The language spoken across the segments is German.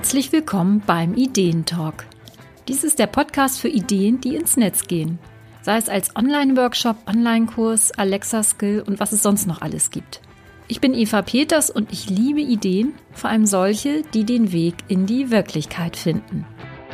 Herzlich willkommen beim Ideentalk. Dies ist der Podcast für Ideen, die ins Netz gehen. Sei es als Online-Workshop, Online-Kurs, Alexa-Skill und was es sonst noch alles gibt. Ich bin Eva Peters und ich liebe Ideen, vor allem solche, die den Weg in die Wirklichkeit finden.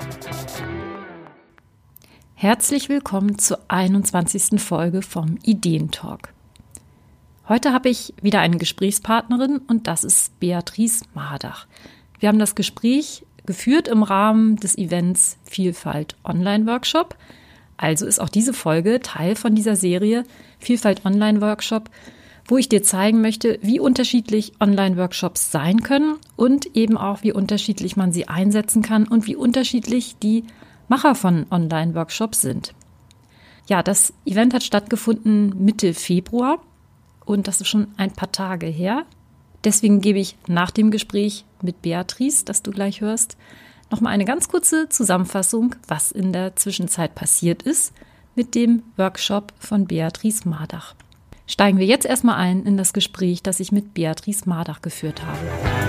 Herzlich willkommen zur 21. Folge vom Ideentalk. Heute habe ich wieder eine Gesprächspartnerin und das ist Beatrice Mardach. Wir haben das Gespräch geführt im Rahmen des Events Vielfalt Online-Workshop. Also ist auch diese Folge Teil von dieser Serie Vielfalt Online-Workshop, wo ich dir zeigen möchte, wie unterschiedlich Online-Workshops sein können und eben auch, wie unterschiedlich man sie einsetzen kann und wie unterschiedlich die Macher von Online-Workshops sind. Ja, das Event hat stattgefunden Mitte Februar und das ist schon ein paar Tage her. Deswegen gebe ich nach dem Gespräch mit Beatrice, das du gleich hörst, nochmal eine ganz kurze Zusammenfassung, was in der Zwischenzeit passiert ist mit dem Workshop von Beatrice Mardach. Steigen wir jetzt erstmal ein in das Gespräch, das ich mit Beatrice Mardach geführt habe.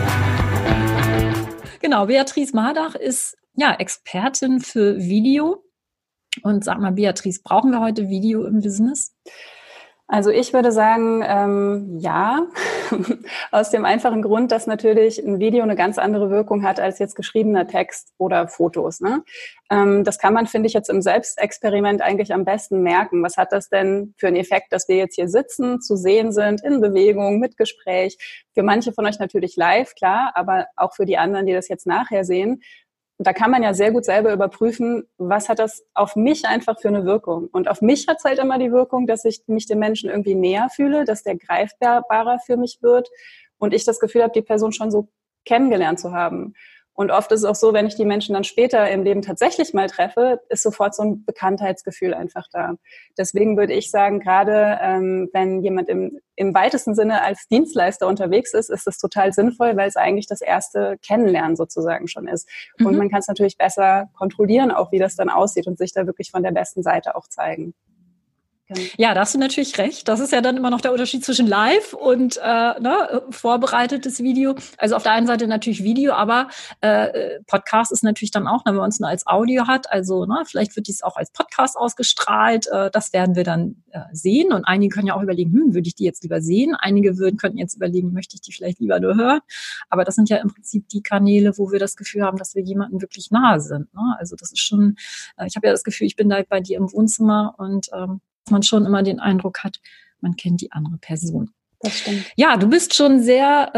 Genau, Beatrice Mardach ist Expertin für Video. Und sag mal, Beatrice, brauchen wir heute Video im Business? Also ich würde sagen, ja, aus dem einfachen Grund, dass natürlich ein Video eine ganz andere Wirkung hat als jetzt geschriebener Text oder Fotos. Ne? Das kann man, finde ich, jetzt im Selbstexperiment eigentlich am besten merken. Was hat das denn für einen Effekt, dass wir jetzt hier sitzen, zu sehen sind, in Bewegung, mit Gespräch? Für manche von euch natürlich live, klar, aber auch für die anderen, die das jetzt nachher sehen. Da kann man ja sehr gut selber überprüfen, was hat das auf mich einfach für eine Wirkung. Und auf mich hat es halt immer die Wirkung, dass ich mich dem Menschen irgendwie näher fühle, dass der greifbarer für mich wird und ich das Gefühl habe, die Person schon so kennengelernt zu haben. Und oft ist es auch so, wenn ich die Menschen dann später im Leben tatsächlich mal treffe, ist sofort so ein Bekanntheitsgefühl einfach da. Deswegen würde ich sagen, gerade wenn jemand im weitesten Sinne als Dienstleister unterwegs ist, ist es total sinnvoll, weil es eigentlich das erste Kennenlernen sozusagen schon ist. Und man kann es natürlich besser kontrollieren, auch wie das dann aussieht und sich da wirklich von der besten Seite auch zeigen. Ja, da hast du natürlich recht. Das ist ja dann immer noch der Unterschied zwischen Live und vorbereitetes Video. Also auf der einen Seite natürlich Video, aber Podcast ist natürlich dann auch, wenn man es nur als Audio hat. Also vielleicht wird dies auch als Podcast ausgestrahlt. Das werden wir dann sehen. Und einige können ja auch überlegen, würde ich die jetzt lieber sehen? Einige könnten jetzt überlegen, möchte ich die vielleicht lieber nur hören? Aber das sind ja im Prinzip die Kanäle, wo wir das Gefühl haben, dass wir jemandem wirklich nahe sind. Ne? Also das ist schon, ich habe ja das Gefühl, ich bin da bei dir im Wohnzimmer und man schon immer den Eindruck hat, man kennt die andere Person. Das stimmt. Ja, du bist schon sehr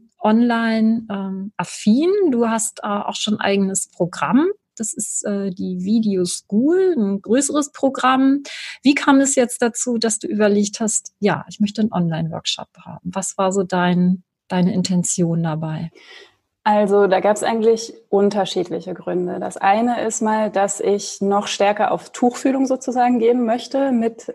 online-affin. Du hast auch schon ein eigenes Programm. Das ist die Video School, ein größeres Programm. Wie kam es jetzt dazu, dass du überlegt hast, ja, ich möchte einen Online-Workshop haben? Was war so deine Intention dabei? Also da gab es eigentlich unterschiedliche Gründe. Das eine ist mal, dass ich noch stärker auf Tuchfühlung sozusagen gehen möchte mit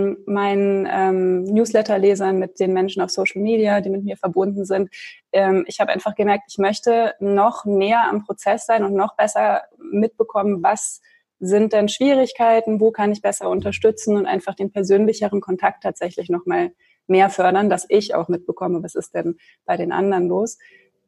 meinen Newsletter-Lesern, mit den Menschen auf Social Media, die mit mir verbunden sind. Ich habe einfach gemerkt, ich möchte noch näher am Prozess sein und noch besser mitbekommen, was sind denn Schwierigkeiten, wo kann ich besser unterstützen und einfach den persönlicheren Kontakt tatsächlich noch mal mehr fördern, dass ich auch mitbekomme, was ist denn bei den anderen los.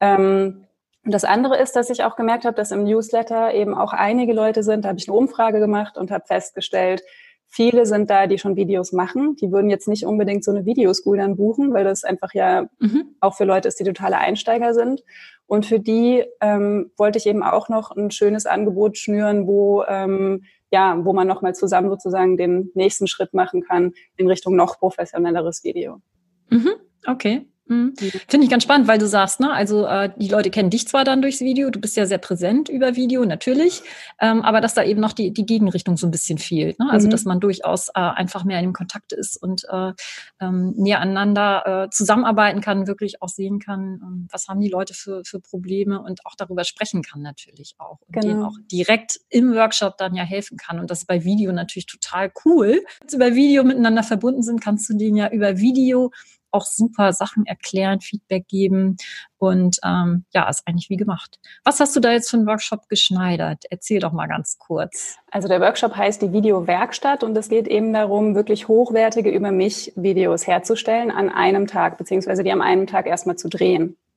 Und das andere ist, dass ich auch gemerkt habe, dass im Newsletter eben auch einige Leute sind, da habe ich eine Umfrage gemacht und habe festgestellt, viele sind da, die schon Videos machen. Die würden jetzt nicht unbedingt so eine Videoschool dann buchen, weil das einfach ja auch für Leute ist, die totale Einsteiger sind. Und für die wollte ich eben auch noch ein schönes Angebot schnüren, wo man nochmal zusammen sozusagen den nächsten Schritt machen kann in Richtung noch professionelleres Video. Okay. Finde ich ganz spannend, weil du sagst, also die Leute kennen dich zwar dann durchs Video, du bist ja sehr präsent über Video, natürlich, aber dass da eben noch die Gegenrichtung so ein bisschen fehlt. Ne? Also dass man durchaus einfach mehr in dem Kontakt ist und näher aneinander zusammenarbeiten kann, wirklich auch sehen kann, was haben die Leute für Probleme und auch darüber sprechen kann natürlich auch. Und denen auch direkt im Workshop dann ja helfen kann. Und das ist bei Video natürlich total cool. Wenn sie über Video miteinander verbunden sind, kannst du denen ja über Video auch super Sachen erklären, Feedback geben und ist eigentlich wie gemacht. Was hast du da jetzt für einen Workshop geschneidert? Erzähl doch mal ganz kurz. Also der Workshop heißt die Videowerkstatt und es geht eben darum, wirklich hochwertige über mich Videos herzustellen an einem Tag, beziehungsweise die am einen Tag erstmal zu drehen.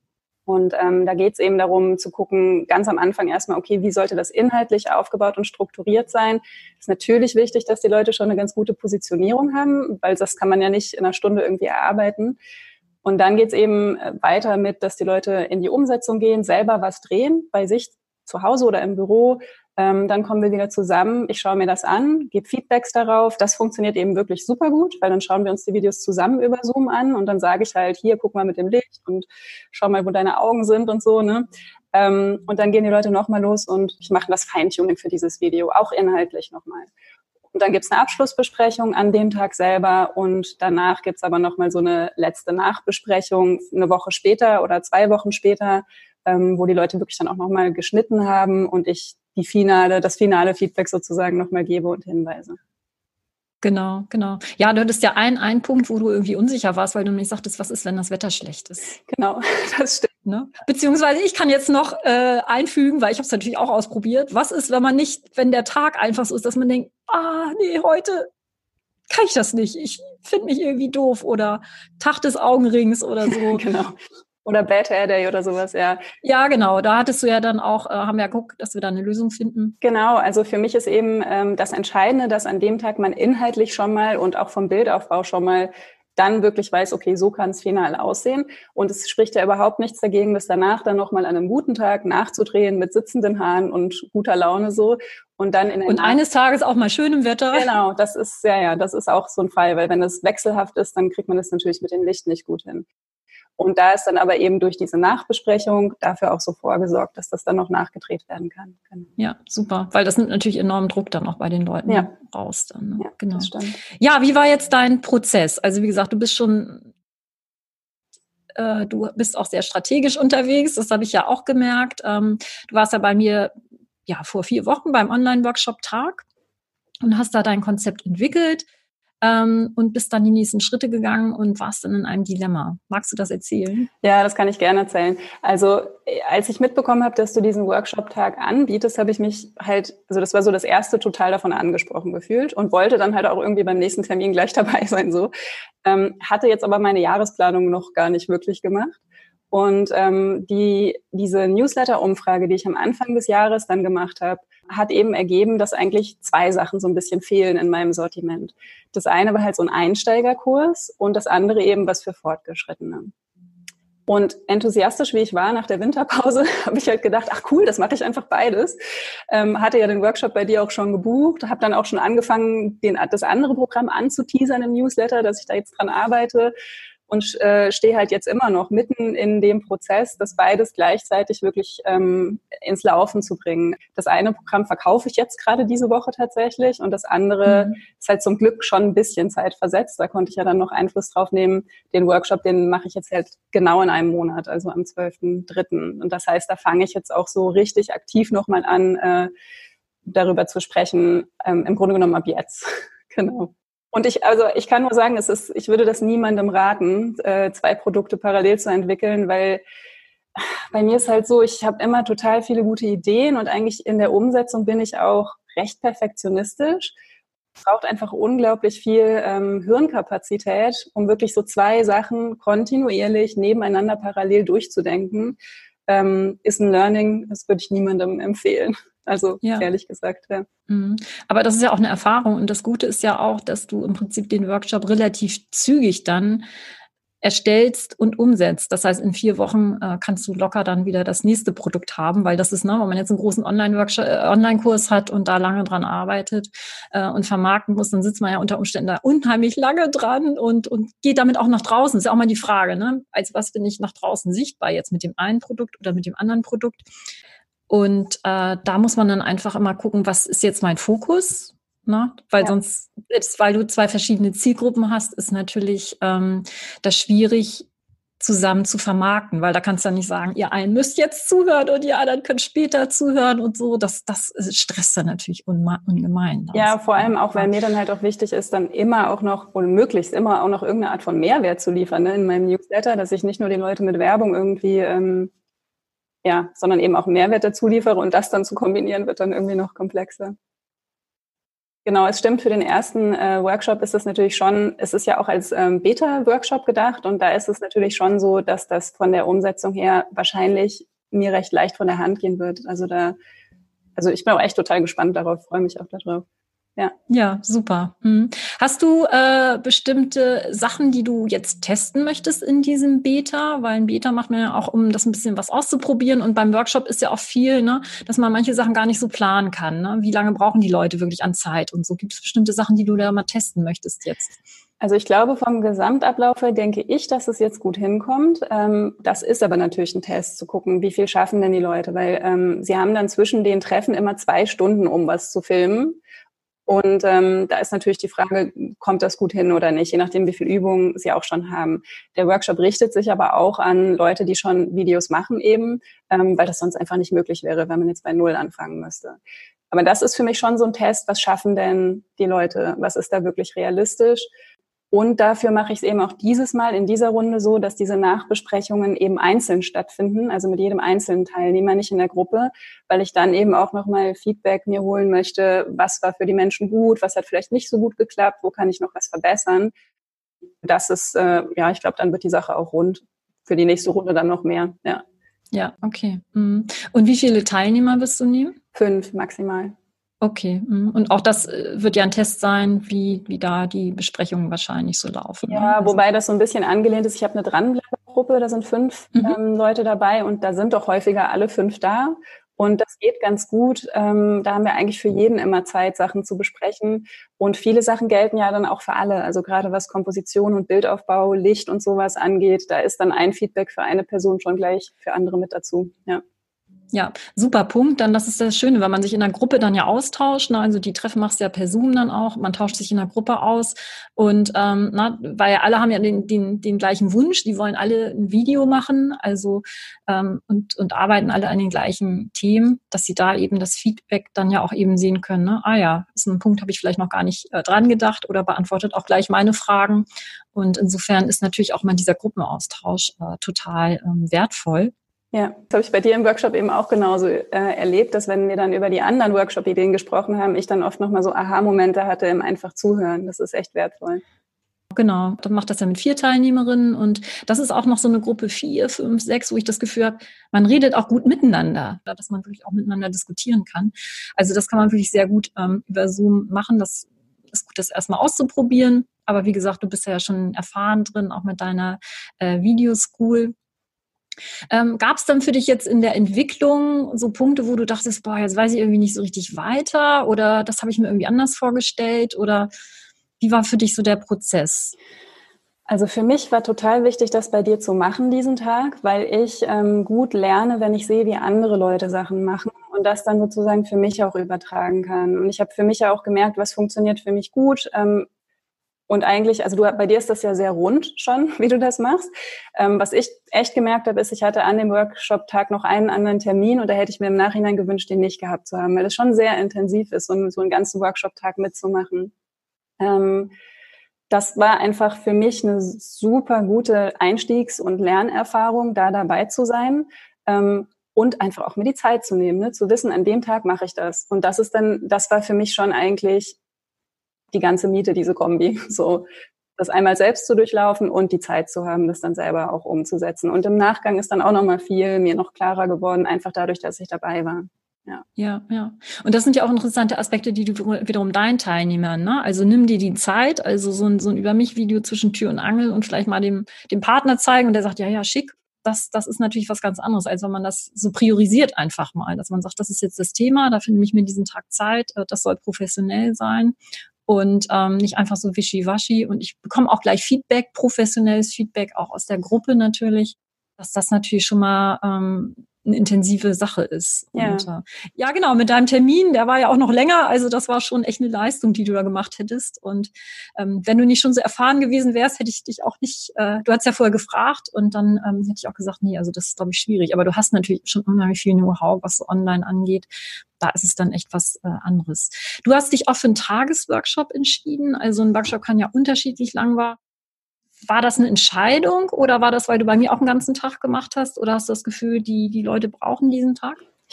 Und da geht es eben darum zu gucken, ganz am Anfang erstmal, okay, wie sollte das inhaltlich aufgebaut und strukturiert sein? Ist natürlich wichtig, dass die Leute schon eine ganz gute Positionierung haben, weil das kann man ja nicht in einer Stunde irgendwie erarbeiten. Und dann geht es eben weiter mit, dass die Leute in die Umsetzung gehen, selber was drehen, bei sich zu Hause oder im Büro. Dann kommen wir wieder zusammen, ich schaue mir das an, gebe Feedbacks darauf. Das funktioniert eben wirklich super gut, weil dann schauen wir uns die Videos zusammen über Zoom an und dann sage ich halt, hier, guck mal mit dem Licht und schau mal, wo deine Augen sind und so, ne? Und dann gehen die Leute nochmal los und ich mache das Feintuning für dieses Video, auch inhaltlich nochmal. Und dann gibt's eine Abschlussbesprechung an dem Tag selber und danach gibt's aber nochmal so eine letzte Nachbesprechung, eine Woche später oder 2 Wochen später, wo die Leute wirklich dann auch nochmal geschnitten haben und ich das finale Feedback sozusagen nochmal gebe und hinweise. Genau. Ja, du hattest ja einen Punkt, wo du irgendwie unsicher warst, weil du nicht sagtest, was ist, wenn das Wetter schlecht ist? Genau, das stimmt. Ne? Beziehungsweise ich kann jetzt noch einfügen, weil ich habe es natürlich auch ausprobiert. Was ist, wenn der Tag einfach so ist, dass man denkt, nee, heute kann ich das nicht. Ich finde mich irgendwie doof oder Tag des Augenrings oder so. Genau. Oder Bad Hair Day oder sowas, ja. Ja, genau. Da hattest du ja dann auch, haben wir ja geguckt, dass wir da eine Lösung finden. Genau, also für mich ist eben das Entscheidende, dass an dem Tag man inhaltlich schon mal und auch vom Bildaufbau schon mal dann wirklich weiß, okay, so kann es final aussehen. Und es spricht ja überhaupt nichts dagegen, das danach dann nochmal an einem guten Tag nachzudrehen mit sitzenden Haaren und guter Laune so. Und dann eines Tages auch mal schön im Wetter. Genau, das ist auch so ein Fall, weil wenn es wechselhaft ist, dann kriegt man das natürlich mit dem Licht nicht gut hin. Und da ist dann aber eben durch diese Nachbesprechung dafür auch so vorgesorgt, dass das dann noch nachgedreht werden kann. Genau. Ja, super, weil das nimmt natürlich enormen Druck dann auch bei den Leuten raus. Dann, ne? Ja, genau. Das stimmt. Ja, wie war jetzt dein Prozess? Also wie gesagt, du bist auch sehr strategisch unterwegs, das habe ich ja auch gemerkt. Du warst ja bei mir vor 4 Wochen beim Online-Workshop-Tag und hast da dein Konzept entwickelt. Und bist dann die nächsten Schritte gegangen und warst dann in einem Dilemma. Magst du das erzählen? Ja, das kann ich gerne erzählen. Also als ich mitbekommen habe, dass du diesen Workshop-Tag anbietest, habe ich mich das war so das erste, total davon angesprochen gefühlt und wollte dann halt auch irgendwie beim nächsten Termin gleich dabei sein. So hatte jetzt aber meine Jahresplanung noch gar nicht wirklich gemacht. Und diese Newsletter-Umfrage, die ich am Anfang des Jahres dann gemacht habe, hat eben ergeben, dass eigentlich 2 Sachen so ein bisschen fehlen in meinem Sortiment. Das eine war halt so ein Einsteigerkurs und das andere eben was für Fortgeschrittene. Und enthusiastisch wie ich war nach der Winterpause, habe ich halt gedacht, ach cool, das mache ich einfach beides. Hatte ja den Workshop bei dir auch schon gebucht, habe dann auch schon angefangen, das andere Programm anzuteasern im Newsletter, dass ich da jetzt dran arbeite. Und stehe halt jetzt immer noch mitten in dem Prozess, das beides gleichzeitig wirklich ins Laufen zu bringen. Das eine Programm verkaufe ich jetzt gerade diese Woche tatsächlich und das andere ist halt zum Glück schon ein bisschen zeitversetzt. Da konnte ich ja dann noch Einfluss drauf nehmen. Den Workshop, den mache ich jetzt halt genau in einem Monat, also am 12.3. Und das heißt, da fange ich jetzt auch so richtig aktiv nochmal an, darüber zu sprechen, im Grunde genommen ab jetzt. Genau. Und ich kann nur sagen, ich würde das niemandem raten, 2 Produkte parallel zu entwickeln, weil bei mir ist halt so, ich habe immer total viele gute Ideen und eigentlich in der Umsetzung bin ich auch recht perfektionistisch. Es braucht einfach unglaublich viel Hirnkapazität, um wirklich so 2 Sachen kontinuierlich nebeneinander parallel durchzudenken. Ist ein Learning, das würde ich niemandem empfehlen. Also ehrlich gesagt, ja. Aber das ist ja auch eine Erfahrung und das Gute ist ja auch, dass du im Prinzip den Workshop relativ zügig dann erstellst und umsetzt. Das heißt, in 4 Wochen kannst du locker dann wieder das nächste Produkt haben, weil das ist, wenn man jetzt einen großen Online-Kurs hat und da lange dran arbeitet und vermarkten muss, dann sitzt man ja unter Umständen da unheimlich lange dran und geht damit auch nach draußen. Das ist ja auch mal die Frage, ne? Also was bin ich nach draußen sichtbar jetzt mit dem einen Produkt oder mit dem anderen Produkt? Und da muss man dann einfach immer gucken, was ist jetzt mein Fokus? Ne? Weil sonst, weil du 2 verschiedene Zielgruppen hast, ist natürlich das schwierig zusammen zu vermarkten, weil da kannst du dann nicht sagen, ihr einen müsst jetzt zuhören und ihr anderen könnt später zuhören und so. Das stresst dann natürlich ungemein. Ja, vor allem auch, weil mir dann halt auch wichtig ist, dann immer auch noch oder möglichst immer auch noch irgendeine Art von Mehrwert zu liefern, ne, in meinem Newsletter, dass ich nicht nur die Leute mit Werbung irgendwie sondern eben auch Mehrwert dazu liefere und das dann zu kombinieren, wird dann irgendwie noch komplexer. Genau, es stimmt, für den ersten Workshop ist es natürlich schon, es ist ja auch als Beta-Workshop gedacht und da ist es natürlich schon so, dass das von der Umsetzung her wahrscheinlich mir recht leicht von der Hand gehen wird. Also ich bin auch echt total gespannt darauf, freue mich auch darauf. Ja. Ja, super. Hast du bestimmte Sachen, die du jetzt testen möchtest in diesem Beta? Weil ein Beta macht man ja auch, um das ein bisschen was auszuprobieren. Und beim Workshop ist ja auch viel, ne, dass man manche Sachen gar nicht so planen kann. Ne? Wie lange brauchen die Leute wirklich an Zeit? Und so gibt es bestimmte Sachen, die du da mal testen möchtest jetzt. Also ich glaube, vom Gesamtablauf her denke ich, dass es jetzt gut hinkommt. Das ist aber natürlich ein Test, zu gucken, wie viel schaffen denn die Leute. Weil sie haben dann zwischen den Treffen immer 2 Stunden, um was zu filmen. Und da ist natürlich die Frage, kommt das gut hin oder nicht, je nachdem, wie viel Übung sie auch schon haben. Der Workshop richtet sich aber auch an Leute, die schon Videos machen eben, weil das sonst einfach nicht möglich wäre, wenn man jetzt bei Null anfangen müsste. Aber das ist für mich schon so ein Test, was schaffen denn die Leute? Was ist da wirklich realistisch? Und dafür mache ich es eben auch dieses Mal in dieser Runde so, dass diese Nachbesprechungen eben einzeln stattfinden, also mit jedem einzelnen Teilnehmer, nicht in der Gruppe, weil ich dann eben auch nochmal Feedback mir holen möchte, was war für die Menschen gut, was hat vielleicht nicht so gut geklappt, wo kann ich noch was verbessern. Das ist, ich glaube, dann wird die Sache auch rund. Für die nächste Runde dann noch mehr, ja. Ja, okay. Und wie viele Teilnehmer wirst du nehmen? 5 maximal. Okay. Und auch das wird ja ein Test sein, wie da die Besprechungen wahrscheinlich so laufen. Ja, ne? Also, wobei das so ein bisschen angelehnt ist. Ich habe eine Dranbleibergruppe, da sind 5 Leute dabei und da sind doch häufiger alle 5 da. Und das geht ganz gut. Da haben wir eigentlich für jeden immer Zeit, Sachen zu besprechen. Und viele Sachen gelten ja dann auch für alle. Also gerade was Komposition und Bildaufbau, Licht und sowas angeht, da ist dann ein Feedback für eine Person schon gleich für andere mit dazu. Ja. Ja, super Punkt. Dann, das ist das Schöne, weil man sich in der Gruppe dann ja austauscht. Ne? Also die Treffen machst du ja per Zoom dann auch. Man tauscht sich in der Gruppe aus. Und weil ja alle haben ja den gleichen Wunsch. Die wollen alle ein Video machen, also und arbeiten alle an den gleichen Themen, dass sie da eben das Feedback dann ja auch eben sehen können. Ne? Ah ja, ist ein Punkt, habe ich vielleicht noch gar nicht dran gedacht oder beantwortet auch gleich meine Fragen. Und insofern ist natürlich auch mal dieser Gruppenaustausch total wertvoll. Ja, das habe ich bei dir im Workshop eben auch genauso erlebt, dass wenn wir dann über die anderen Workshop-Ideen gesprochen haben, ich dann oft nochmal so Aha-Momente hatte im einfach Zuhören. Das ist echt wertvoll. Genau, dann macht das ja mit 4 Teilnehmerinnen und das ist auch noch so eine Gruppe 4, 5, 6, wo ich das Gefühl habe, man redet auch gut miteinander, dass man wirklich auch miteinander diskutieren kann. Also das kann man wirklich sehr gut über Zoom machen. Das ist gut, das erstmal auszuprobieren. Aber wie gesagt, du bist ja schon erfahren drin, auch mit deiner Videoschool. Gab es dann für dich jetzt in der Entwicklung so Punkte, wo du dachtest, boah, jetzt weiß ich irgendwie nicht so richtig weiter oder das habe ich mir irgendwie anders vorgestellt oder wie war für dich so der Prozess? Also für mich war total wichtig, das bei dir zu machen diesen Tag, weil ich gut lerne, wenn ich sehe, wie andere Leute Sachen machen und das dann sozusagen für mich auch übertragen kann. Und ich habe für mich ja auch gemerkt, was funktioniert für mich gut. Und eigentlich, also bei dir ist das ja sehr rund schon, wie du das machst. Was ich echt gemerkt habe, ist, ich hatte an dem Workshop-Tag noch einen anderen Termin und da hätte ich mir im Nachhinein gewünscht, den nicht gehabt zu haben, weil das schon sehr intensiv ist, so einen ganzen Workshop-Tag mitzumachen. Das war einfach für mich eine super gute Einstiegs- und Lernerfahrung, da dabei zu sein. Und einfach auch mir die Zeit zu nehmen, ne? Zu wissen, an dem Tag mache ich das. Und das war für mich schon eigentlich die ganze Miete, diese Kombi, so das einmal selbst zu durchlaufen und die Zeit zu haben, das dann selber auch umzusetzen. Und im Nachgang ist dann auch nochmal viel mir noch klarer geworden, einfach dadurch, dass ich dabei war. Ja. Und das sind ja auch interessante Aspekte, die du wiederum deinen Teilnehmern, ne? Also nimm dir die Zeit, also so ein Über-mich-Video zwischen Tür und Angel und vielleicht mal dem Partner zeigen und der sagt, ja, schick. Das ist natürlich was ganz anderes, als wenn man das so priorisiert einfach mal, dass man sagt, das ist jetzt das Thema, dafür nehme ich mir diesen Tag Zeit, das soll professionell sein. Und nicht einfach so wischiwaschi. Und ich bekomme auch gleich Feedback, professionelles Feedback, auch aus der Gruppe natürlich, dass das natürlich schon mal eine intensive Sache ist. Ja. Und ja, genau, mit deinem Termin, der war ja auch noch länger. Also das war schon echt eine Leistung, die du da gemacht hättest. Und wenn du nicht schon so erfahren gewesen wärst, hätte ich dich auch nicht, du hast ja vorher gefragt und dann hätte ich auch gesagt, nee, also das ist, glaube ich, schwierig. Aber du hast natürlich schon unheimlich viel Know-how, was so online angeht. Da ist es dann echt was anderes. Du hast dich auch für einen Tagesworkshop entschieden. Also ein Workshop kann ja unterschiedlich lang war. War das eine Entscheidung oder war das, weil du bei mir auch einen ganzen Tag gemacht hast? Oder hast du das Gefühl, die Leute brauchen diesen Tag?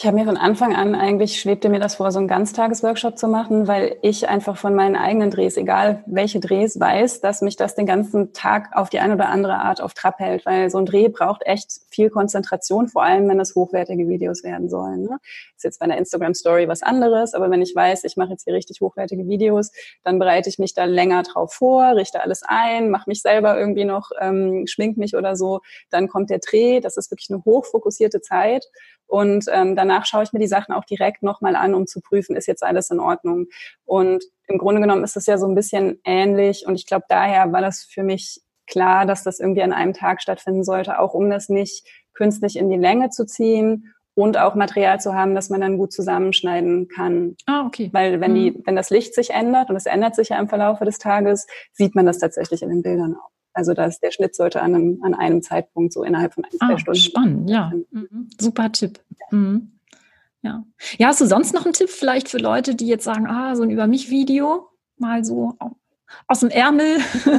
Ich habe mir von Anfang an eigentlich, schwebte mir das vor, so einen Ganztagesworkshop zu machen, weil ich einfach von meinen eigenen Drehs, egal welche Drehs, weiß, dass mich das den ganzen Tag auf die eine oder andere Art auf Trab hält, weil so ein Dreh braucht echt viel Konzentration, vor allem wenn es hochwertige Videos werden sollen. Ne? Ist jetzt bei einer Instagram-Story was anderes, aber wenn ich weiß, ich mache jetzt hier richtig hochwertige Videos, dann bereite ich mich da länger drauf vor, richte alles ein, mache mich selber irgendwie noch, schmink mich oder so, dann kommt der Dreh, das ist wirklich eine hochfokussierte Zeit. Und danach schaue ich mir die Sachen auch direkt nochmal an, um zu prüfen, ist jetzt alles in Ordnung. Und im Grunde genommen ist es ja so ein bisschen ähnlich. Und ich glaube, daher war das für mich klar, dass das irgendwie an einem Tag stattfinden sollte, auch um das nicht künstlich in die Länge zu ziehen und auch Material zu haben, das man dann gut zusammenschneiden kann. Ah, okay. Weil wenn das Licht sich ändert, und es ändert sich ja im Verlaufe des Tages, sieht man das tatsächlich in den Bildern auch. Also der Schnitt sollte an einem Zeitpunkt so innerhalb von 1-2 Stunden. Spannend, ja. Super Tipp. Mhm. Ja. Ja, hast du sonst noch einen Tipp vielleicht für Leute, die jetzt sagen, so ein Über-mich-Video, mal so aus dem Ärmel?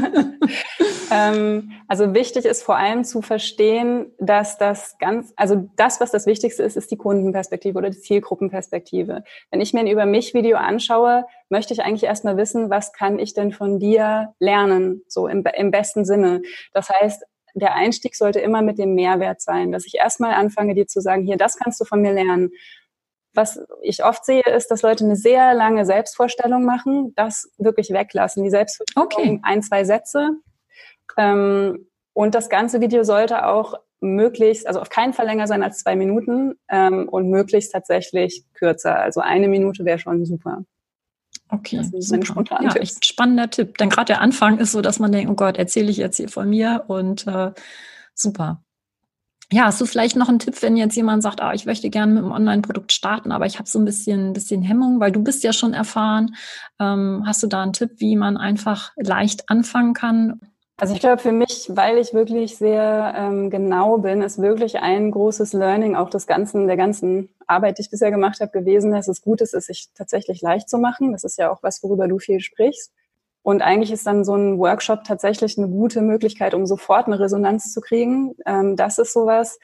Also wichtig ist vor allem zu verstehen, dass das, was das Wichtigste ist, ist die Kundenperspektive oder die Zielgruppenperspektive. Wenn ich mir ein Über-mich-Video anschaue, möchte ich eigentlich erstmal wissen, was kann ich denn von dir lernen, so im besten Sinne. Das heißt, der Einstieg sollte immer mit dem Mehrwert sein, dass ich erstmal anfange, dir zu sagen, hier, das kannst du von mir lernen. Was ich oft sehe, ist, dass Leute eine sehr lange Selbstvorstellung machen, das wirklich weglassen. Die Selbstvorstellung, 1-2 Sätze. Und das ganze Video sollte auch möglichst, also auf keinen Fall länger sein als 2 Minuten und möglichst tatsächlich kürzer. Also 1 Minute wäre schon super. Okay, super. Ja, echt spannender Tipp. Denn gerade der Anfang ist so, dass man denkt, oh Gott, erzähle ich jetzt hier von mir und super. Ja, hast du vielleicht noch einen Tipp, wenn jetzt jemand sagt, ich möchte gerne mit einem Online-Produkt starten, aber ich habe so ein bisschen Hemmung, weil du bist ja schon erfahren. Hast du da einen Tipp, wie man einfach leicht anfangen kann? Also ich glaube, für mich, weil ich wirklich sehr genau bin, ist wirklich ein großes Learning auch der ganzen Arbeit, die ich bisher gemacht habe, gewesen, dass es gut ist, es sich tatsächlich leicht zu machen. Das ist ja auch was, worüber du viel sprichst. Und eigentlich ist dann so ein Workshop tatsächlich eine gute Möglichkeit, um sofort eine Resonanz zu kriegen. Das ist sowas.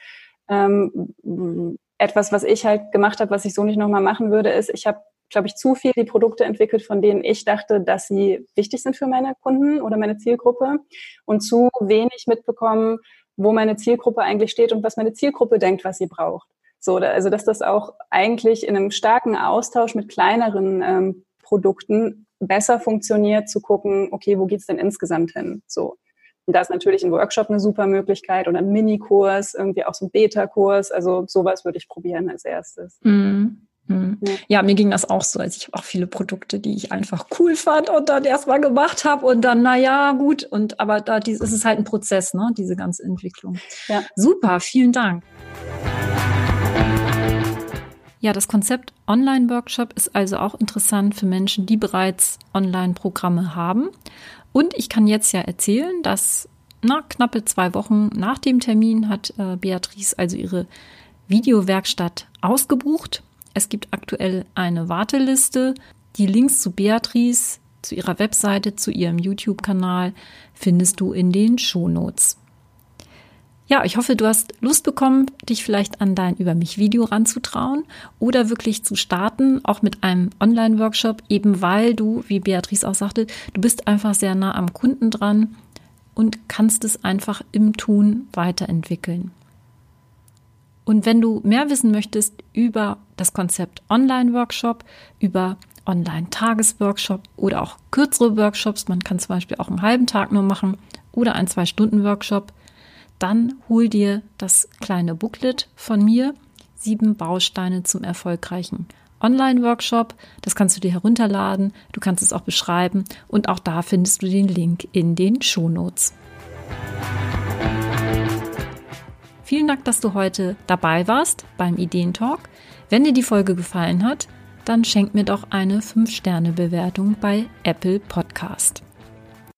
Etwas, was ich halt gemacht habe, was ich so nicht nochmal machen würde, ist, ich habe, glaube ich, zu viel die Produkte entwickelt, von denen ich dachte, dass sie wichtig sind für meine Kunden oder meine Zielgruppe und zu wenig mitbekommen, wo meine Zielgruppe eigentlich steht und was meine Zielgruppe denkt, was sie braucht. So, also dass das auch eigentlich in einem starken Austausch mit kleineren Produkten besser funktioniert, zu gucken, okay, wo geht's denn insgesamt hin? So. Und da ist natürlich ein Workshop eine super Möglichkeit oder ein Minikurs, irgendwie auch so ein Beta-Kurs. Also sowas würde ich probieren als erstes. Ja, mir ging das auch so. Also ich habe auch viele Produkte, die ich einfach cool fand und dann erst mal gemacht habe und dann, gut. Aber da ist es halt ein Prozess, ne? Diese ganze Entwicklung. Ja. Super, vielen Dank. Ja, das Konzept Online-Workshop ist also auch interessant für Menschen, die bereits Online-Programme haben. Und ich kann jetzt ja erzählen, dass knappe 2 Wochen nach dem Termin hat Beatrice also ihre Videowerkstatt ausgebucht. Es gibt aktuell eine Warteliste. Die Links zu Beatrice, zu ihrer Webseite, zu ihrem YouTube-Kanal findest du in den Shownotes. Ja, ich hoffe, du hast Lust bekommen, dich vielleicht an dein Über-mich-Video ranzutrauen oder wirklich zu starten, auch mit einem Online-Workshop, eben weil du, wie Beatrice auch sagte, du bist einfach sehr nah am Kunden dran und kannst es einfach im Tun weiterentwickeln. Und wenn du mehr wissen möchtest über das Konzept Online-Workshop, über Online-Tages-Workshop oder auch kürzere Workshops, man kann zum Beispiel auch einen halben Tag nur machen oder einen 2-Stunden-Workshop, dann hol dir das kleine Booklet von mir, 7 Bausteine zum erfolgreichen Online-Workshop. Das kannst du dir herunterladen, du kannst es auch beschreiben und auch da findest du den Link in den Shownotes. Vielen Dank, dass du heute dabei warst beim Ideentalk. Wenn dir die Folge gefallen hat, dann schenk mir doch eine 5-Sterne-Bewertung bei Apple Podcast.